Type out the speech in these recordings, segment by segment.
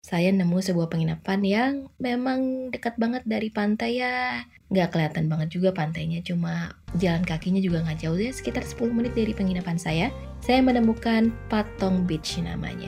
Saya nemu sebuah penginapan yang memang dekat banget dari pantai ya. Nggak kelihatan banget juga pantainya, cuma jalan kakinya juga nggak jauh ya, sekitar 10 menit dari penginapan saya. Saya menemukan Patong Beach namanya.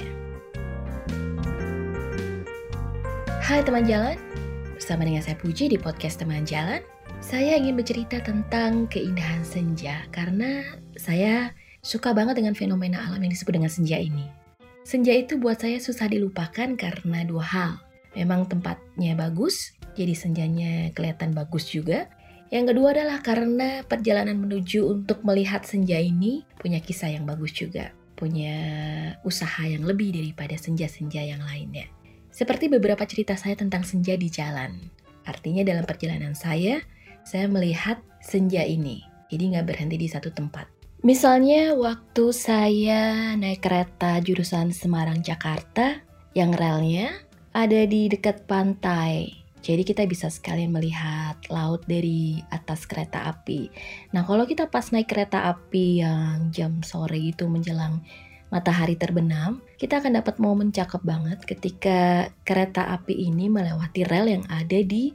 Hai teman jalan, bersama dengan saya Puji di podcast Teman Jalan. Saya ingin bercerita tentang keindahan senja karena saya suka banget dengan fenomena alam yang disebut dengan senja ini. Senja itu buat saya susah dilupakan karena dua hal. Memang tempatnya bagus, jadi senjanya kelihatan bagus juga. Yang kedua adalah karena perjalanan menuju untuk melihat senja ini punya kisah yang bagus juga. Punya usaha yang lebih daripada senja-senja yang lainnya. Seperti beberapa cerita saya tentang senja di jalan. Artinya dalam perjalanan saya melihat senja ini. Jadi nggak berhenti di satu tempat. Misalnya waktu saya naik kereta jurusan Semarang-Jakarta yang relnya ada di dekat pantai. Jadi kita bisa sekalian melihat laut dari atas kereta api. Nah kalau kita pas naik kereta api yang jam sore itu menjelang matahari terbenam, kita akan dapat momen cakep banget ketika kereta api ini melewati rel yang ada di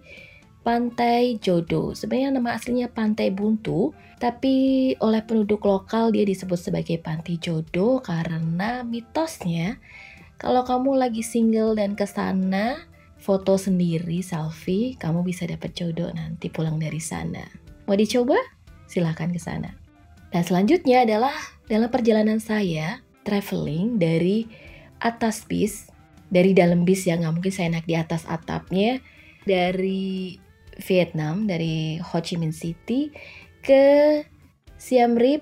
Pantai Jodo. Sebenarnya nama aslinya Pantai Buntu, tapi oleh penduduk lokal dia disebut sebagai Pantai Jodo karena mitosnya kalau kamu lagi single dan kesana foto sendiri selfie, kamu bisa dapat jodoh nanti pulang dari sana. Mau dicoba? Silahkan ke sana. Dan selanjutnya adalah dalam perjalanan saya traveling dari atas bis, dari dalam bis yang nggak mungkin saya naik di atas atapnya, dari Vietnam, dari Ho Chi Minh City ke Siem Reap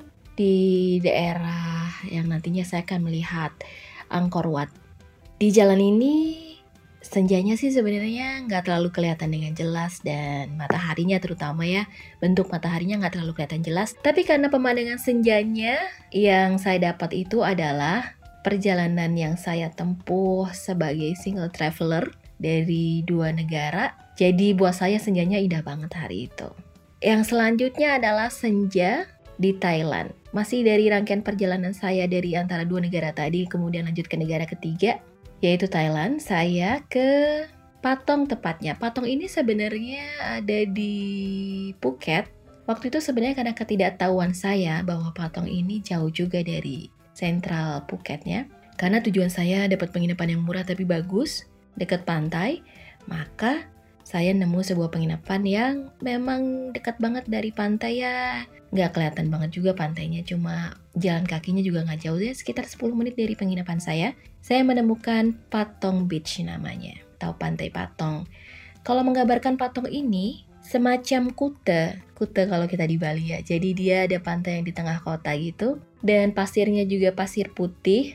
di daerah yang nantinya saya akan melihat Angkor Wat. Di jalan ini senjanya sih sebenarnya nggak terlalu kelihatan dengan jelas dan mataharinya terutama ya, bentuk mataharinya nggak terlalu kelihatan jelas. Tapi karena pemandangan senjanya yang saya dapat itu adalah perjalanan yang saya tempuh sebagai single traveler dari dua negara. Jadi buat saya senjanya indah banget hari itu. Yang selanjutnya adalah senja di Thailand. Masih dari rangkaian perjalanan saya dari antara dua negara tadi, kemudian lanjut ke negara ketiga, yaitu Thailand. Saya ke Patong tepatnya. Patong ini sebenarnya ada di Phuket. Waktu itu sebenarnya karena ketidaktahuan saya bahwa Patong ini jauh juga dari sentral Phuketnya. Karena tujuan saya dapat penginapan yang murah tapi bagus, dekat pantai, maka saya nemu sebuah penginapan yang memang dekat banget dari pantai ya. Nggak kelihatan banget juga pantainya, cuma jalan kakinya juga nggak jauh ya, sekitar 10 menit dari penginapan saya. Saya menemukan Patong Beach namanya, atau Pantai Patong. Kalau menggambarkan Patong ini, semacam Kute kalau kita di Bali ya. Jadi dia ada pantai yang di tengah kota gitu, dan pasirnya juga pasir putih.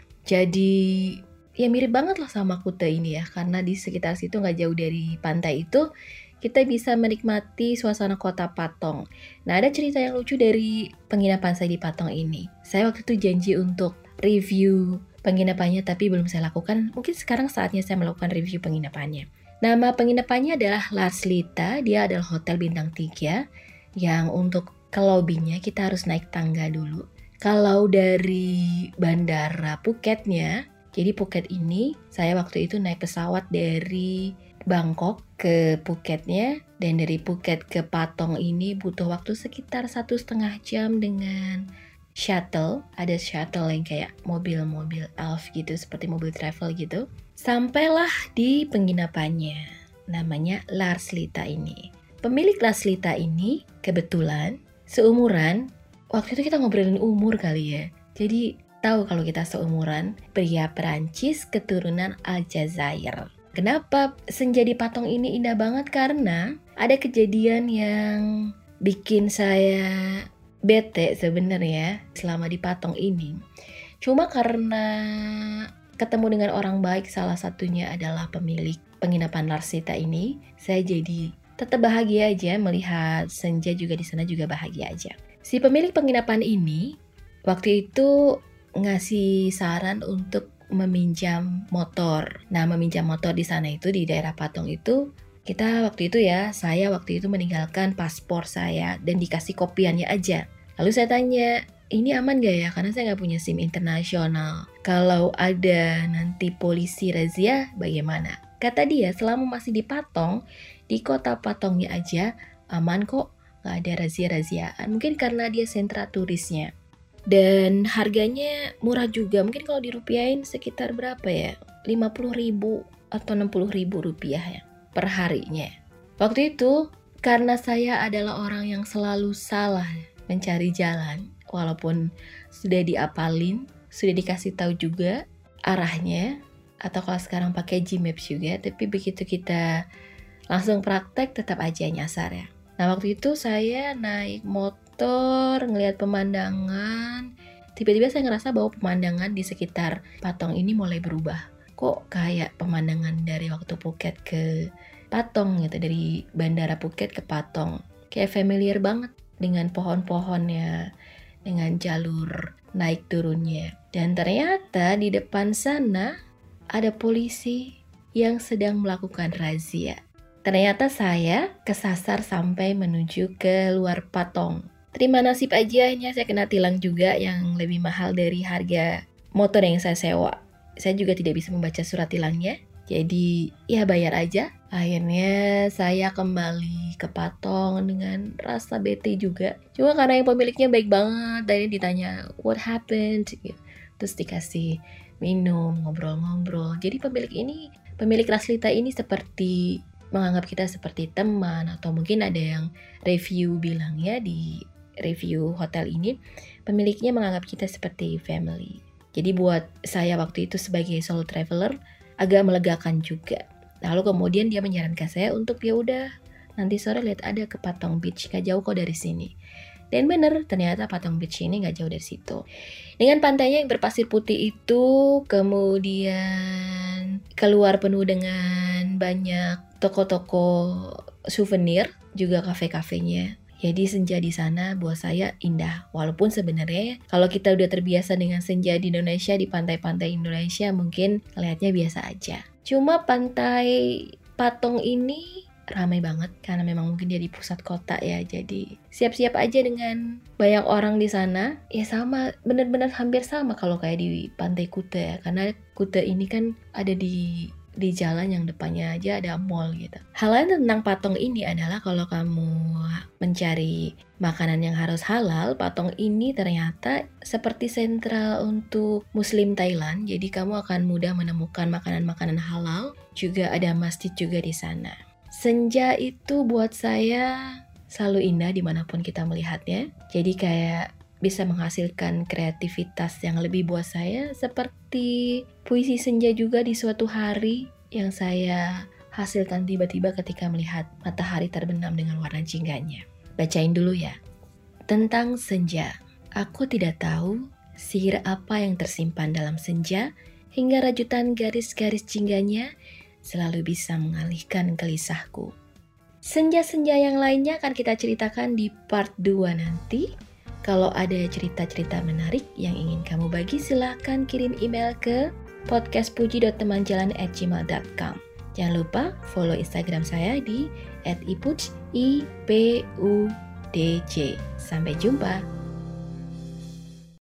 Jadi ya mirip banget lah sama Kute ini ya, karena di sekitar situ nggak jauh dari pantai itu, kita bisa menikmati suasana kota Patong. Nah ada cerita yang lucu dari penginapan saya di Patong ini. Saya waktu itu janji untuk review penginapannya tapi belum saya lakukan. Mungkin sekarang saatnya saya melakukan review penginapannya. Nama penginapannya adalah Lars Lita. Dia adalah hotel bintang 3 yang untuk ke lobbynya kita harus naik tangga dulu. Kalau dari bandara Phuketnya, jadi Phuket ini saya waktu itu naik pesawat dari Bangkok ke Phuketnya, dan dari Phuket ke Patong ini butuh waktu sekitar 1,5 jam dengan shuttle. Ada shuttle yang kayak mobil-mobil elf gitu, seperti mobil travel gitu. Sampailah di penginapannya, namanya Lars Lita ini. Pemilik Lars Lita ini kebetulan seumuran, waktu itu kita ngobrolin umur kali ya. Jadi tahu kalau kita seumuran, pria Perancis keturunan Aljazair. Kenapa senja di Patong ini indah banget? Karena ada kejadian yang bikin saya bete sebenarnya selama di Patong ini. Cuma karena ketemu dengan orang baik, salah satunya adalah pemilik penginapan Lars Lita ini, saya jadi tetap bahagia aja melihat senja juga di sana, juga bahagia aja. Si pemilik penginapan ini waktu itu ngasih saran untuk meminjam motor. Nah, meminjam motor di sana itu di daerah Patong itu, saya waktu itu meninggalkan paspor saya dan dikasih kopiannya aja. Lalu saya tanya, ini aman gak ya? Karena saya nggak punya SIM internasional. Kalau ada nanti polisi razia, bagaimana? Kata dia, selama masih di Patong, di kota Patongnya aja, aman kok. Nggak ada razia-raziaan. Mungkin karena dia sentra turisnya. Dan harganya murah juga. Mungkin kalau dirupiahin sekitar berapa ya? 50.000 atau 60.000 rupiah ya per harinya. Waktu itu, karena saya adalah orang yang selalu salah mencari jalan. Walaupun sudah diapalin, sudah dikasih tahu juga arahnya, atau kalau sekarang pakai Gmaps juga, tapi begitu kita langsung praktek tetap aja nyasar ya. Nah waktu itu saya naik motor, ngelihat pemandangan, tiba-tiba saya ngerasa bahwa pemandangan di sekitar Patong ini mulai berubah. Kok kayak pemandangan dari waktu Phuket ke Patong gitu, dari bandara Phuket ke Patong. Kayak familiar banget dengan pohon-pohonnya, dengan jalur naik turunnya. Dan ternyata di depan sana ada polisi yang sedang melakukan razia. Ternyata saya kesasar sampai menuju ke luar Patong. Terima nasib aja saya kena tilang juga yang lebih mahal dari harga motor yang saya sewa. Saya juga tidak bisa membaca surat tilangnya. Jadi ya bayar aja. Akhirnya saya kembali ke Patong dengan rasa bete juga. Cuma karena yang pemiliknya baik banget, dan ditanya what happened, terus dikasih minum, ngobrol-ngobrol. Jadi pemilik Raslita ini seperti menganggap kita seperti teman, atau mungkin ada yang review bilangnya di review hotel ini, pemiliknya menganggap kita seperti family. Jadi buat saya waktu itu sebagai solo traveler agak melegakan juga. Lalu kemudian dia menyarankan saya untuk ya udah nanti sore lihat ada ke Patong Beach, gak jauh kok dari sini. Dan bener, ternyata Patong Beach ini gak jauh dari situ. Dengan pantainya yang berpasir putih itu, kemudian keluar penuh dengan banyak toko-toko souvenir, juga kafe-kafenya. Jadi senja di sana buat saya indah. Walaupun sebenarnya kalau kita udah terbiasa dengan senja di Indonesia, di pantai-pantai Indonesia mungkin kelihatannya biasa aja. Cuma pantai Patong ini ramai banget karena memang mungkin dia di pusat kota ya. Jadi siap-siap aja dengan banyak orang di sana. Ya sama, benar-benar hampir sama kalau kayak di pantai Kuta ya. Karena Kuta ini kan ada di jalan yang depannya aja ada mall gitu. Hal lain tentang Patong ini adalah kalau kamu mencari makanan yang harus halal, Patong ini ternyata seperti sentral untuk Muslim Thailand. Jadi kamu akan mudah menemukan makanan-makanan halal. Juga ada masjid juga di sana. Senja itu buat saya selalu indah dimanapun kita melihatnya. Jadi kayak bisa menghasilkan kreativitas yang lebih buat saya, seperti puisi senja juga di suatu hari yang saya hasilkan tiba-tiba ketika melihat matahari terbenam dengan warna jingganya. Bacain dulu ya. Tentang senja, aku tidak tahu sihir apa yang tersimpan dalam senja, hingga rajutan garis-garis jingganya selalu bisa mengalihkan gelisahku. Senja-senja yang lainnya akan kita ceritakan di part 2 nanti. Kalau ada cerita-cerita menarik yang ingin kamu bagi, silahkan kirim email ke podcastpuji.temanjalan@gmail.com. Jangan lupa follow Instagram saya di @ipudj. Sampai jumpa.